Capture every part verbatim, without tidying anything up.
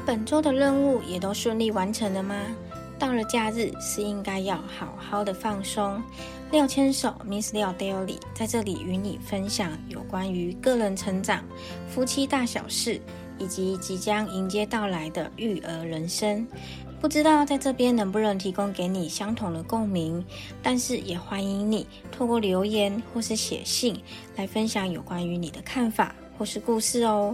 本周的任务也都顺利完成了吗？到了假日是应该要好好的放松。廖牵手 Miss 廖 Daily 在这里与你分享有关于个人成长、夫妻大小事，以及即将迎接到来的育儿人生。不知道在这边能不能提供给你相同的共鸣，但是也欢迎你透过留言或是写信来分享有关于你的看法或是故事哦。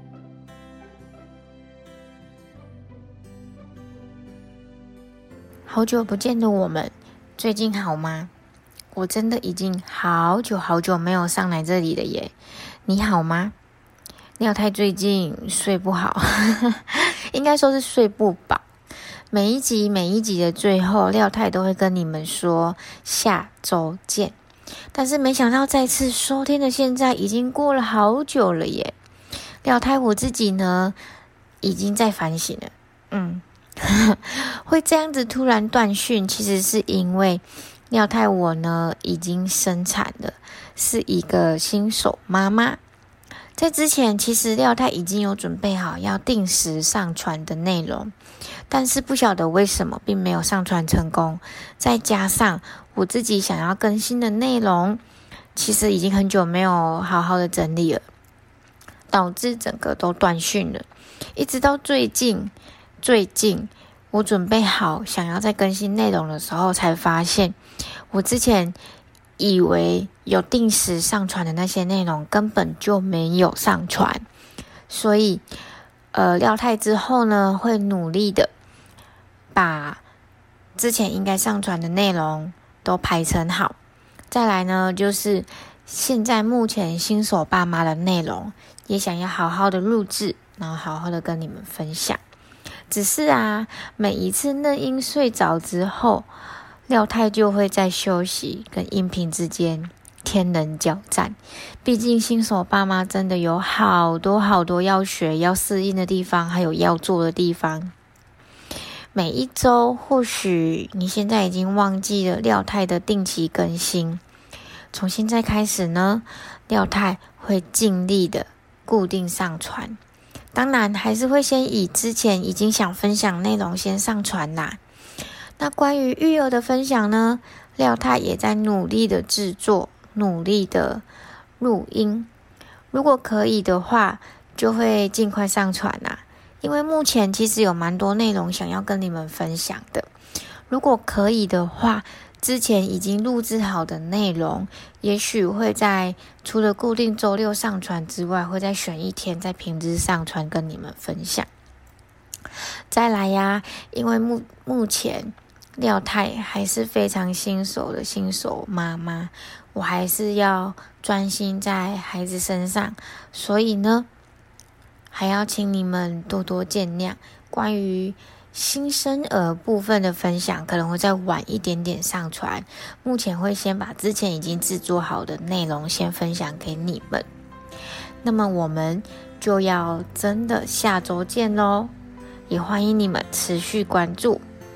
好久不见的我们，最近好吗？我真的已经好久好久没有上来这里了耶，你好吗？廖太最近睡不好，应该说是睡不饱。每一集每一集的最后，廖太都会跟你们说下周见，但是没想到再次收听的现在已经过了好久了耶。廖太我自己呢，已经在反省了，嗯。会这样子突然断讯，其实是因为廖太我呢已经生产了，是一个新手妈妈。在之前其实廖太已经有准备好要定时上传的内容，但是不晓得为什么并没有上传成功，再加上我自己想要更新的内容其实已经很久没有好好的整理了，导致整个都断讯了。一直到最近最近我准备好想要再更新内容的时候，才发现我之前以为有定时上传的那些内容根本就没有上传。所以呃，廖太之后呢会努力的把之前应该上传的内容都排成好。再来呢就是现在目前新手爸妈的内容也想要好好的录制，然后好好的跟你们分享。只是啊，每一次嫩婴睡着之后，廖太就会在休息跟音频之间天人交战。毕竟新手爸妈真的有好多好多要学、要适应的地方，还有要做的地方。每一周，或许你现在已经忘记了廖太的定期更新。从现在开始呢，廖太会尽力的固定上传。当然还是会先以之前已经想分享内容先上传啦。那关于育儿的分享呢，廖太也在努力的制作，努力的录音。如果可以的话，就会尽快上传啦。因为目前其实有蛮多内容想要跟你们分享的。如果可以的话，之前已经录制好的内容，也许会在除了固定周六上传之外，会再选一天在平日上传跟你们分享。再来呀，因为目目前廖太还是非常新手的新手妈妈，我还是要专心在孩子身上，所以呢，还要请你们多多见谅。关于新生儿部分的分享可能会再晚一点点上传，目前会先把之前已经制作好的内容先分享给你们。那么我们就要真的下周见咯，也欢迎你们持续关注。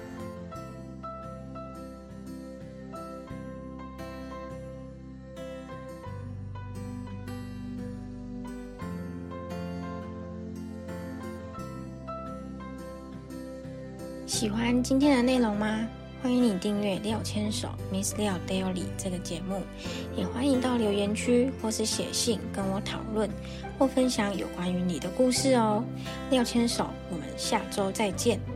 喜欢今天的内容吗？欢迎你订阅廖牵手 Miss 廖 Daily 这个节目，也欢迎到留言区或是写信跟我讨论或分享有关于你的故事哦。廖牵手，我们下周再见。